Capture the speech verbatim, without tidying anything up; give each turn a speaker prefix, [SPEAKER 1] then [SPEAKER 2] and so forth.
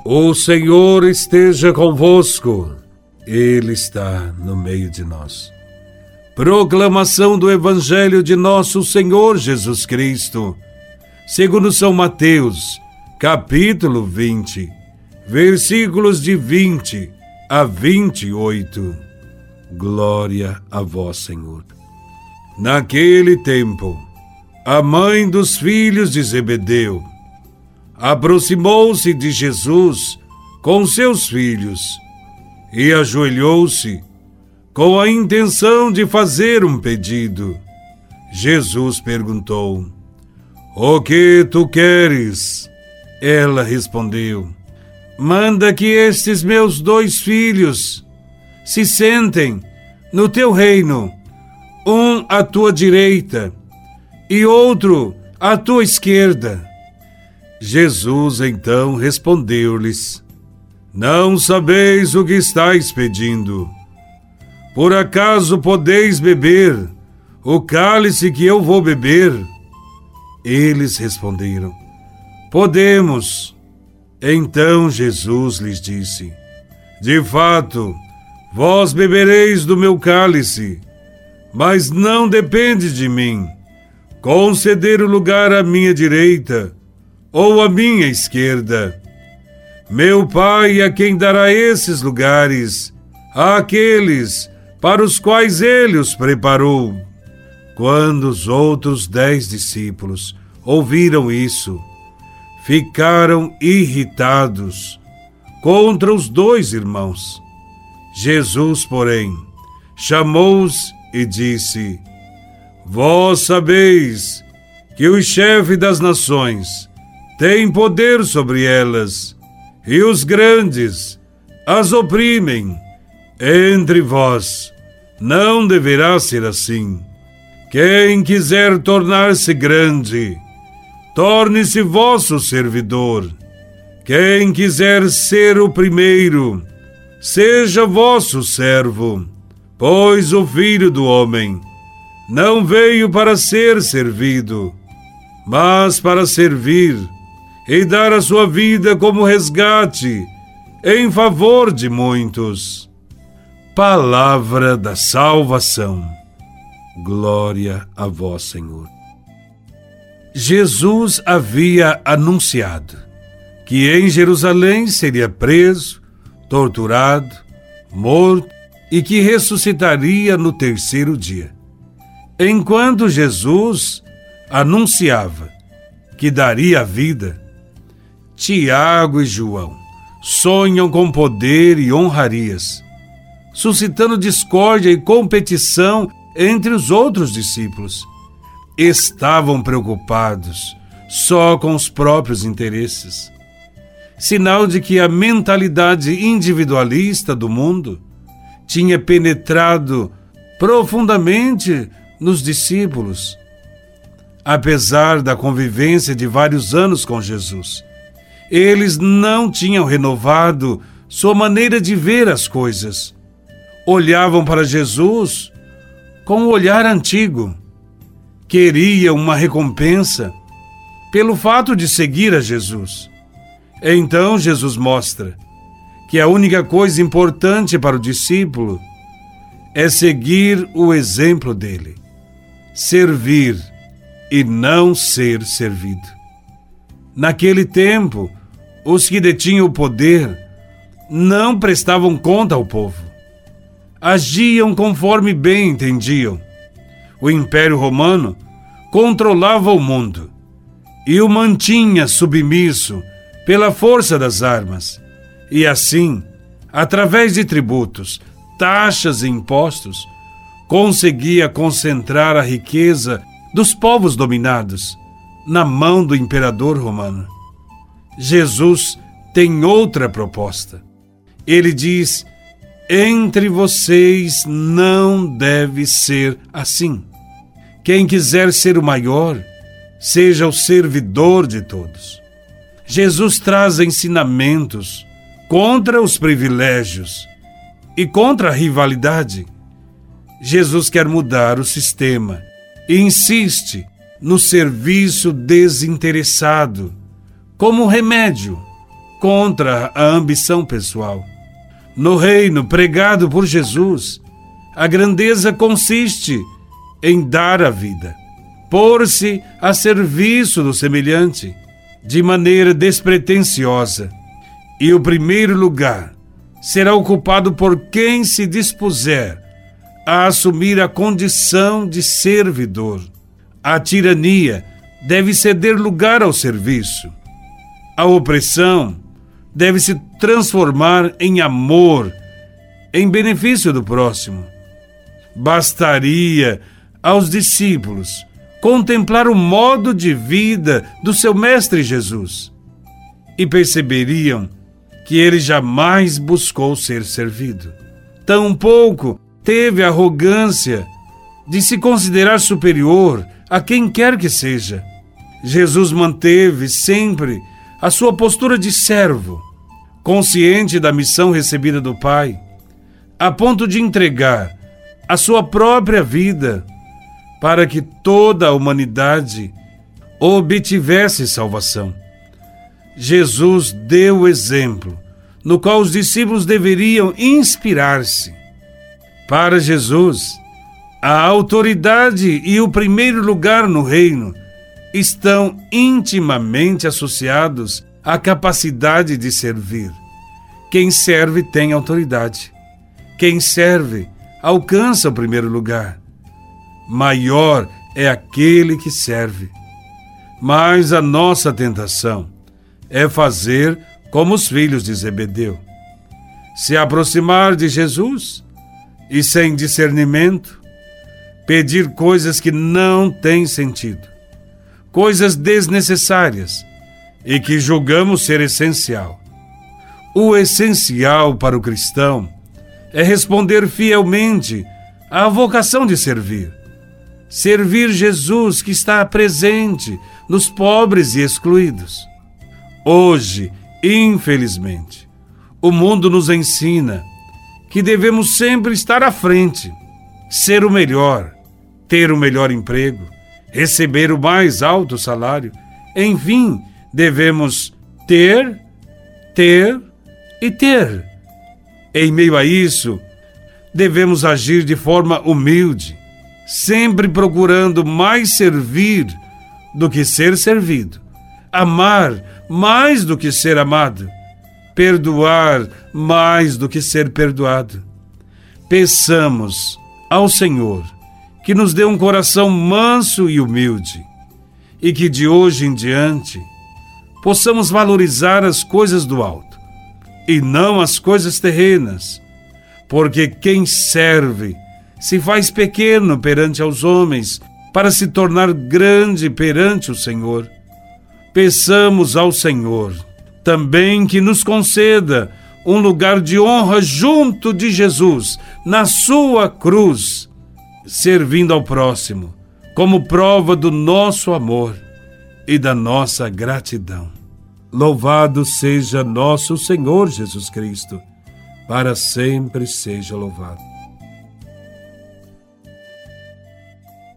[SPEAKER 1] O Senhor esteja convosco. Ele está no meio de nós. Proclamação do Evangelho de nosso Senhor Jesus Cristo, segundo São Mateus, capítulo vinte, versículos de vinte a vinte e oito. Glória a vós, Senhor. Naquele tempo, a mãe dos filhos de Zebedeu aproximou-se de Jesus com seus filhos e ajoelhou-se com a intenção de fazer um pedido. Jesus perguntou: "O que tu queres?" Ela respondeu: "Manda que estes meus dois filhos se sentem no teu reino, um à tua direita e outro à tua esquerda." Jesus então respondeu-lhes: "Não sabeis o que estáis pedindo. Por acaso podeis beber o cálice que eu vou beber?" Eles responderam: "Podemos." Então Jesus lhes disse: "De fato, vós bebereis do meu cálice, mas não depende de mim conceder o lugar à minha direita ou à minha esquerda. Meu Pai é quem dará esses lugares àqueles para os quais ele os preparou." Quando os outros dez discípulos ouviram isso, ficaram irritados contra os dois irmãos. Jesus, porém, chamou-os e disse: "Vós sabeis que o chefe das nações tem poder sobre elas, e os grandes as oprimem. Entre vós não deverá ser assim. Quem quiser tornar-se grande, torne-se vosso servidor. Quem quiser ser o primeiro, seja vosso servo. Pois o Filho do Homem não veio para ser servido, mas para servir e dar a sua vida como resgate em favor de muitos." Palavra da salvação. Glória a vós, Senhor. Jesus havia anunciado que em Jerusalém seria preso, torturado, morto e que ressuscitaria no terceiro dia. Enquanto Jesus anunciava que daria a vida, Tiago e João sonham com poder e honrarias, suscitando discórdia e competição entre os outros discípulos. Estavam preocupados só com os próprios interesses, sinal de que a mentalidade individualista do mundo tinha penetrado profundamente nos discípulos. Apesar da convivência de vários anos com Jesus, eles não tinham renovado sua maneira de ver as coisas. Olhavam para Jesus com o olhar antigo. Queriam uma recompensa pelo fato de seguir a Jesus. Então Jesus mostra que a única coisa importante para o discípulo é seguir o exemplo dele, servir e não ser servido. Naquele tempo, os que detinham o poder não prestavam conta ao povo. Agiam conforme bem entendiam. O Império Romano controlava o mundo e o mantinha submisso pela força das armas. E assim, através de tributos, taxas e impostos, conseguia concentrar a riqueza dos povos dominados na mão do imperador romano. Jesus tem outra proposta. Ele diz: entre vocês não deve ser assim. Quem quiser ser o maior, seja o servidor de todos. Jesus traz ensinamentos contra os privilégios e contra a rivalidade. Jesus quer mudar o sistema e insiste no serviço desinteressado como remédio contra a ambição pessoal. No reino pregado por Jesus, a grandeza consiste em dar a vida, pôr-se a serviço do semelhante, de maneira despretensiosa. E o primeiro lugar será ocupado por quem se dispuser a assumir a condição de servidor. A tirania deve ceder lugar ao serviço. A opressão deve se transformar em amor, em benefício do próximo. Bastaria aos discípulos contemplar o modo de vida do seu Mestre Jesus e perceberiam que ele jamais buscou ser servido. Tampouco teve a arrogância de se considerar superior a quem quer que seja. Jesus manteve sempre a sua postura de servo, consciente da missão recebida do Pai, a ponto de entregar a sua própria vida para que toda a humanidade obtivesse salvação. Jesus deu o exemplo no qual os discípulos deveriam inspirar-se. Para Jesus, a autoridade e o primeiro lugar no reino estão intimamente associados à capacidade de servir. Quem serve tem autoridade. Quem serve alcança o primeiro lugar. Maior é aquele que serve. Mas a nossa tentação é fazer como os filhos de Zebedeu. Se aproximar de Jesus e, sem discernimento, pedir coisas que não têm sentido, coisas desnecessárias e que julgamos ser essencial. O essencial para o cristão é responder fielmente à vocação de servir. Servir Jesus, que está presente nos pobres e excluídos. Hoje, infelizmente, o mundo nos ensina que devemos sempre estar à frente, ser o melhor, ter o melhor emprego, receber o mais alto salário. Enfim, devemos ter, ter e ter. Em meio a isso, devemos agir de forma humilde, sempre procurando mais servir do que ser servido, amar mais do que ser amado, perdoar mais do que ser perdoado. Peçamos ao Senhor que nos dê um coração manso e humilde e que de hoje em diante possamos valorizar as coisas do alto e não as coisas terrenas, porque quem serve se faz pequeno perante aos homens para se tornar grande perante o Senhor. Peçamos ao Senhor também que nos conceda um lugar de honra junto de Jesus, na sua cruz, servindo ao próximo, como prova do nosso amor e da nossa gratidão. Louvado seja nosso Senhor Jesus Cristo, para sempre seja louvado.